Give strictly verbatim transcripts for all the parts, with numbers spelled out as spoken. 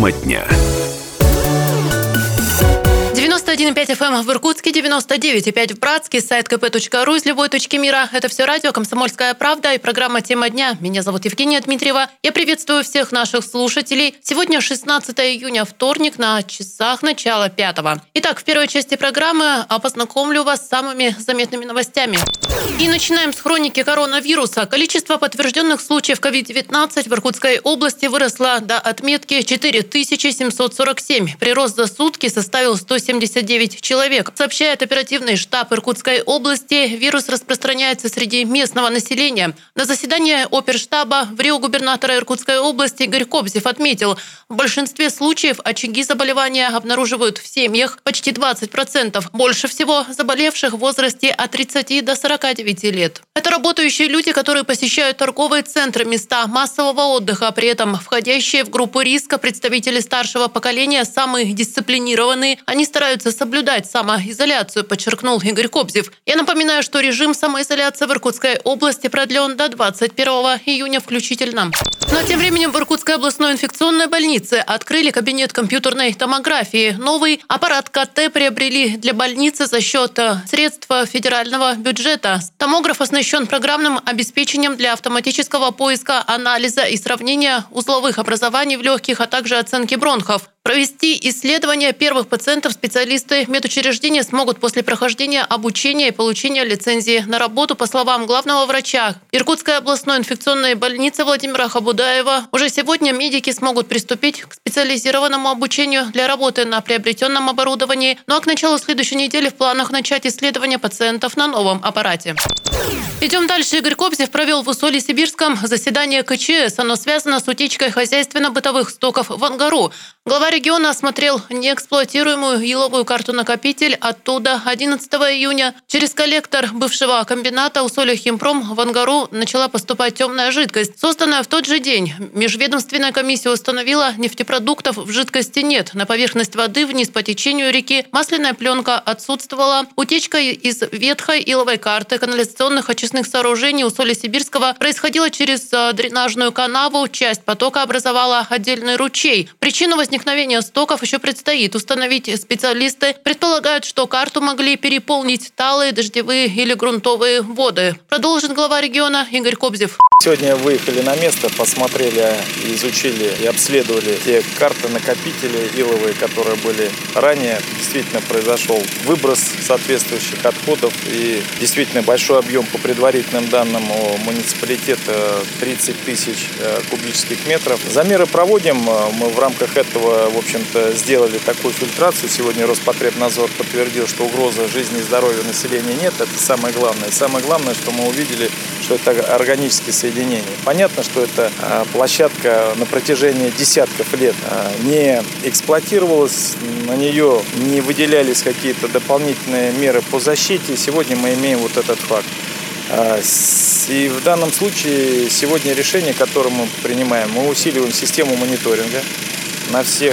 Тема дня. девяносто один и пять эф эм в Иркутске, девяносто девять и пять в Братске, сайт ка пэ точка ру из любой точки мира. Это все радио «Комсомольская правда» и программа «Тема дня». Меня зовут Евгения Дмитриева. Я приветствую всех наших слушателей. Сегодня шестнадцатое июня, вторник, на часах начала пятого. Итак, в первой части программы познакомлю вас с самыми заметными новостями. И начинаем с хроники коронавируса. Количество подтвержденных случаев ковид девятнадцать в Иркутской области выросло до отметки четыре тысячи семьсот сорок семь. Прирост за сутки составил сто семьдесят девять человек. Сообщает оперативный штаб Иркутской области, вирус распространяется среди местного населения. На заседании оперштаба в Рио губернатора Иркутской области Игорь Кобзев отметил, в большинстве случаев очаги заболевания обнаруживают в семьях, почти двадцать процентов. Больше всего заболевших в возрасте от тридцати до сорока девяти лет. Это работающие люди, которые посещают торговые центры, места массового отдыха. При этом входящие в группу риска представители старшего поколения самые дисциплинированные. Они стараются соблюдать самоизоляцию, подчеркнул Игорь Кобзев. Я напоминаю, что режим самоизоляции в Иркутской области продлен до двадцать первого июня включительно. Но тем временем в Иркутской областной инфекционной больнице открыли кабинет компьютерной томографии. Новый аппарат ка тэ приобрели для больницы за счет средств федерального бюджета. Томограф оснащен программным обеспечением для автоматического поиска, анализа и сравнения узловых образований в легких, а также оценки бронхов. Провести исследования первых пациентов специалисты медучреждения смогут после прохождения обучения и получения лицензии на работу, по словам главного врача Иркутской областной инфекционной больницы Владимира Хабудаева. Уже сегодня медики смогут приступить к специализированному обучению для работы на приобретенном оборудовании. Ну а к началу следующей недели в планах начать исследования пациентов на новом аппарате. Идем дальше. Игорь Кобзев провел в Усолье-Сибирском заседание ка че эс. Оно связано с утечкой хозяйственно-бытовых стоков в Ангару. Глава региона осмотрел неэксплуатируемую еловую карту-накопитель. Оттуда одиннадцатого июня через коллектор бывшего комбината Усолье-Химпром в Ангару начала поступать темная жидкость. Созданная в тот же день межведомственная комиссия установила, нефтепродуктов в жидкости нет. На поверхность воды вниз по течению реки масляная пленка отсутствовала. Утечка из ветхой иловой карты канализационных очистных сооружений Усолья-Сибирского происходила через дренажную канаву. Часть потока образовала отдельный ручей. Причину возникновения стоков еще предстоит установить. Специалисты предполагают, что карту могли переполнить талые, дождевые или грунтовые воды. Продолжит глава региона Игорь Кобзев. Сегодня выехали на место, посмотрели, изучили и обследовали те карты-накопители иловые, которые были ранее. Действительно произошел выброс соответствующих отходов и действительно большой объем, по предварительным данным у муниципалитета, тридцать тысяч кубических метров. Замеры проводим. Мы в рамках этого, в общем-то, сделали такую фильтрацию. Сегодня Роспотребнадзор подтвердил, что угрозы жизни и здоровья населения нет. Это самое главное. Самое главное, что мы увидели, что это органические соединения. Понятно, что эта площадка на протяжении десятков лет не эксплуатировалась, на нее не выделялись какие-то дополнительные меры по защите. Сегодня мы имеем вот этот факт. И в данном случае сегодня решение, которое мы принимаем, мы усиливаем систему мониторинга на всех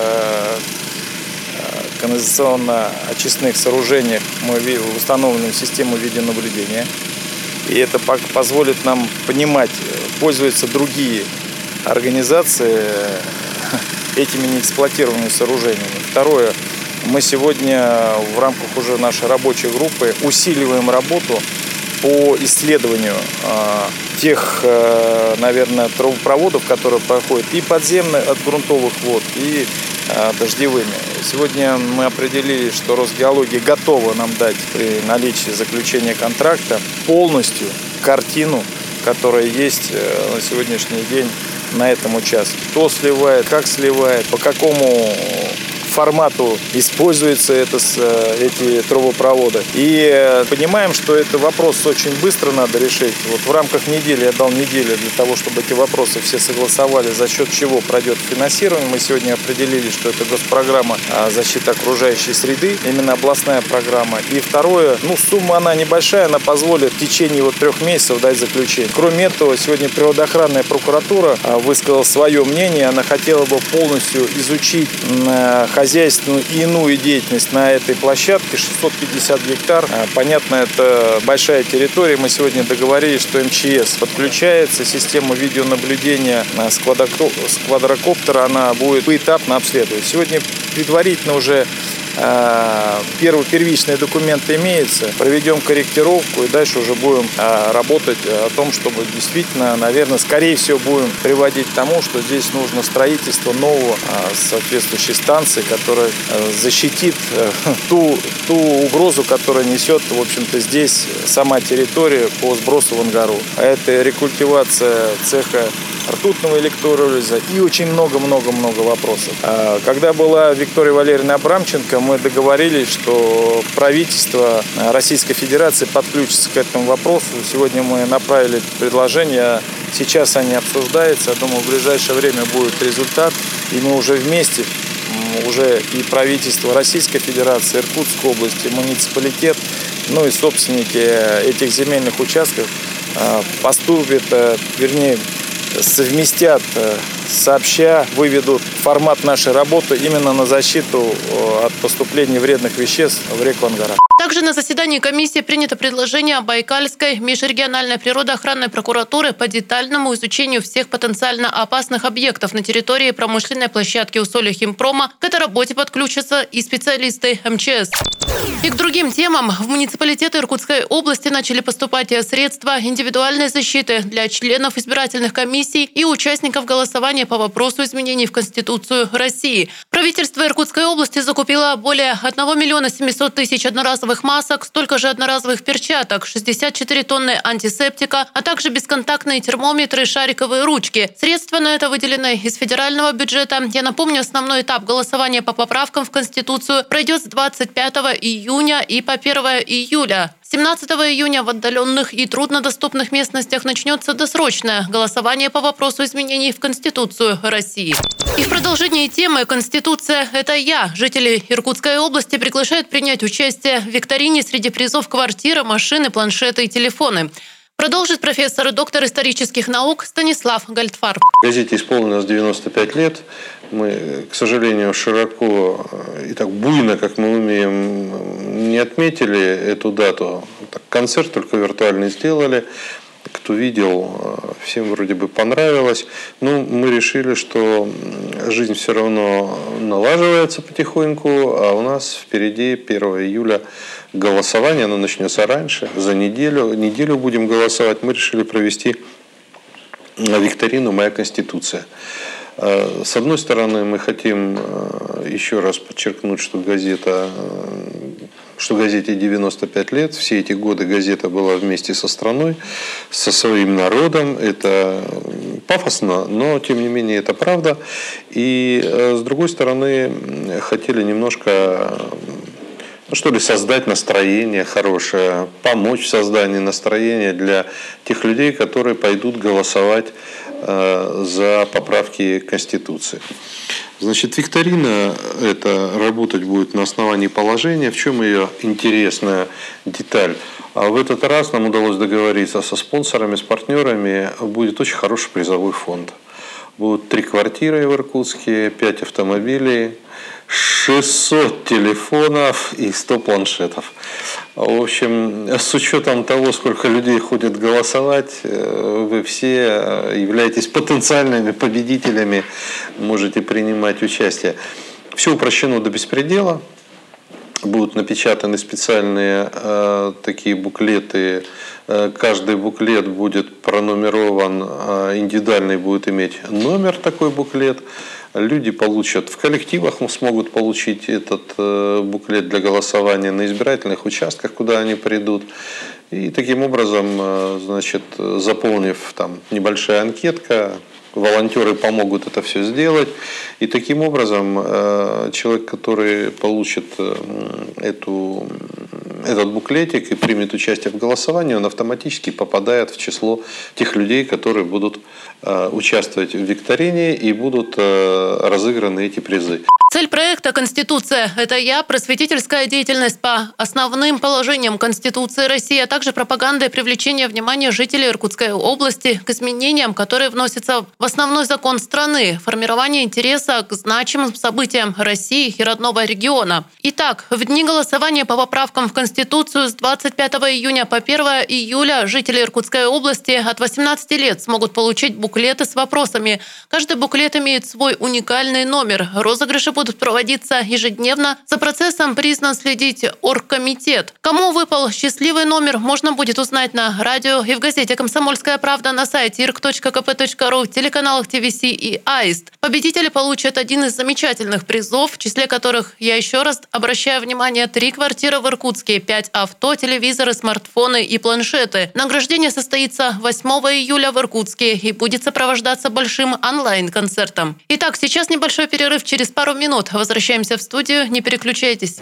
канализационно-очистных сооружениях. Мы установим систему видеонаблюдения. И это позволит нам понимать, пользуются другие организации этими неэксплуатированными сооружениями. Второе. Мы сегодня в рамках уже нашей рабочей группы усиливаем работу по исследованию тех, наверное, трубопроводов, которые проходят и подземные от грунтовых вод, и дождевыми. Сегодня мы определили, что Росгеология готова нам дать при наличии заключения контракта полностью картину, которая есть на сегодняшний день на этом участке. Кто сливает, как сливает, по какому формату используются это, эти трубопроводы. И понимаем, что это вопрос очень быстро надо решить. Вот в рамках недели, я дал неделю для того, чтобы эти вопросы все согласовали, за счет чего пройдет финансирование. Мы сегодня определили, что это госпрограмма защиты окружающей среды, именно областная программа. И второе, ну сумма она небольшая, она позволит в течение вот трех месяцев дать заключение. Кроме этого, сегодня природоохранная прокуратура высказала свое мнение, она хотела бы полностью изучить хозяйство хозяйственную и иную деятельность на этой площадке. шестьсот пятьдесят гектар. Понятно, это большая территория. Мы сегодня договорились, что эм че эс подключается. Система видеонаблюдения с квадрокоптера она будет поэтапно обследовать. Сегодня предварительно уже Первые первичные документы имеются, проведем корректировку и дальше уже будем работать о том, чтобы действительно, наверное, скорее всего будем приводить к тому, что здесь нужно строительство нового соответствующей станции, которая защитит ту, ту угрозу, которая несет, в общем-то, здесь сама территория по сбросу в Ангару. А это рекультивация цеха ртутного электролиза и очень много-много-много вопросов. Когда была Виктория Валерьевна Абрамченко, мы договорились, что правительство Российской Федерации подключится к этому вопросу. Сегодня мы направили предложение, сейчас они обсуждаются. Я думаю, в ближайшее время будет результат, и мы уже вместе, уже и правительство Российской Федерации, Иркутской области, муниципалитет, ну и собственники этих земельных участков поступят, вернее, совместят, сообща выведут формат нашей работы именно на защиту от поступления вредных веществ в реку Ангара. Также на заседании комиссии принято предложение Байкальской межрегиональной природоохранной прокуратуры по детальному изучению всех потенциально опасных объектов на территории промышленной площадки Усолья-Химпрома. К этой работе подключатся и специалисты эм че эс. И к другим темам. В муниципалитеты Иркутской области начали поступать средства индивидуальной защиты для членов избирательных комиссий и участников голосования по вопросу изменений в Конституцию России. Правительство Иркутской области закупило более одного миллиона семисот тысяч одноразовых масок, столько же одноразовых перчаток, шестьдесят четыре тонны антисептика, а также бесконтактные термометры и шариковые ручки. Средства на это выделены из федерального бюджета. Я напомню, основной этап голосования по поправкам в Конституцию пройдет с двадцать пятого июня и по первого июля. семнадцатого июня в отдаленных и труднодоступных местностях начнется досрочное голосование по вопросу изменений в Конституцию России. И в продолжении темы «Конституция – это я» жители Иркутской области приглашают принять участие в викторине среди призов квартиры, машины, планшеты и телефоны. Продолжит профессор и доктор исторических наук Станислав Гальдфарб. Газете исполнилось девяносто пять лет. Мы, к сожалению, широко и так буйно, как мы умеем, не отметили эту дату. Так, концерт только виртуальный сделали. Кто видел, всем вроде бы понравилось. Но мы решили, что жизнь все равно налаживается потихоньку, а у нас впереди первого июля голосование, оно начнется раньше, за неделю. Неделю будем голосовать. Мы решили провести викторину «Моя Конституция». С одной стороны, мы хотим еще раз подчеркнуть, что газета, что газете девяносто пять лет. Все эти годы газета была вместе со страной, со своим народом. Это пафосно, но тем не менее это правда. И с другой стороны, хотели немножко, что ли, создать настроение хорошее, помочь в создании настроения для тех людей, которые пойдут голосовать за поправки Конституции. Значит, викторина эта работать будет на основании положения. В чем ее интересная деталь? А в этот раз нам удалось договориться со спонсорами, с партнерами. Будет очень хороший призовой фонд. Будут три квартиры в Иркутске, пять автомобилей, шестьсот телефонов и сто планшетов. В общем, с учетом того, сколько людей ходит голосовать, вы все являетесь потенциальными победителями, можете принимать участие. Все упрощено до беспредела. Будут напечатаны специальные э, такие буклеты. Каждый буклет будет пронумерован, индивидуальный будет иметь номер такой буклет. Люди получат, в коллективах смогут получить этот буклет для голосования на избирательных участках, куда они придут. И таким образом, значит, заполнив там небольшая анкетка, волонтеры помогут это все сделать. И таким образом человек, который получит эту этот буклетик и примет участие в голосовании, он автоматически попадает в число тех людей, которые будут э, участвовать в викторине и будут э, разыграны эти призы. Цель проекта «Конституция – это я», просветительская деятельность по основным положениям Конституции России, а также пропаганда и привлечение внимания жителей Иркутской области к изменениям, которые вносятся в основной закон страны, формирование интереса к значимым событиям России и родного региона. Итак, в дни голосования по поправкам в Конституцию с двадцать пятого июня по первое июля жители Иркутской области от восемнадцати лет смогут получить буклеты с вопросами. Каждый буклет имеет свой уникальный номер. Розыгрыши будут проводиться ежедневно. За процессом признан следить оргкомитет. Кому выпал счастливый номер, можно будет узнать на радио и в газете «Комсомольская правда», на сайте ирк точка ка пэ точка ру, телеканалах ти ви си и аист. Победители получат один из замечательных призов, в числе которых, я еще раз обращаю внимание, три квартиры в Иркутске, пять авто, телевизоры, смартфоны и планшеты. Награждение состоится восьмого июля в Иркутске и будет сопровождаться большим онлайн-концертом. Итак, сейчас небольшой перерыв, через пару минут возвращаемся в студию, не переключайтесь.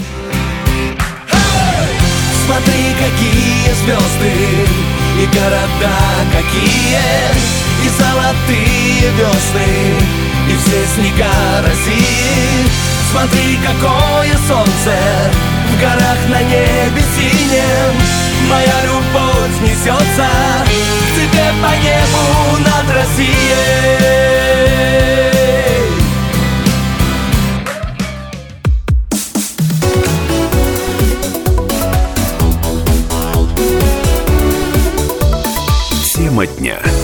Смотри, какие звезды, и города какие, и золотые весны, и все снега России. Смотри, какое солнце в горах на небе синем. Моя любовь несется к тебе по небу над Россией. Тема дня.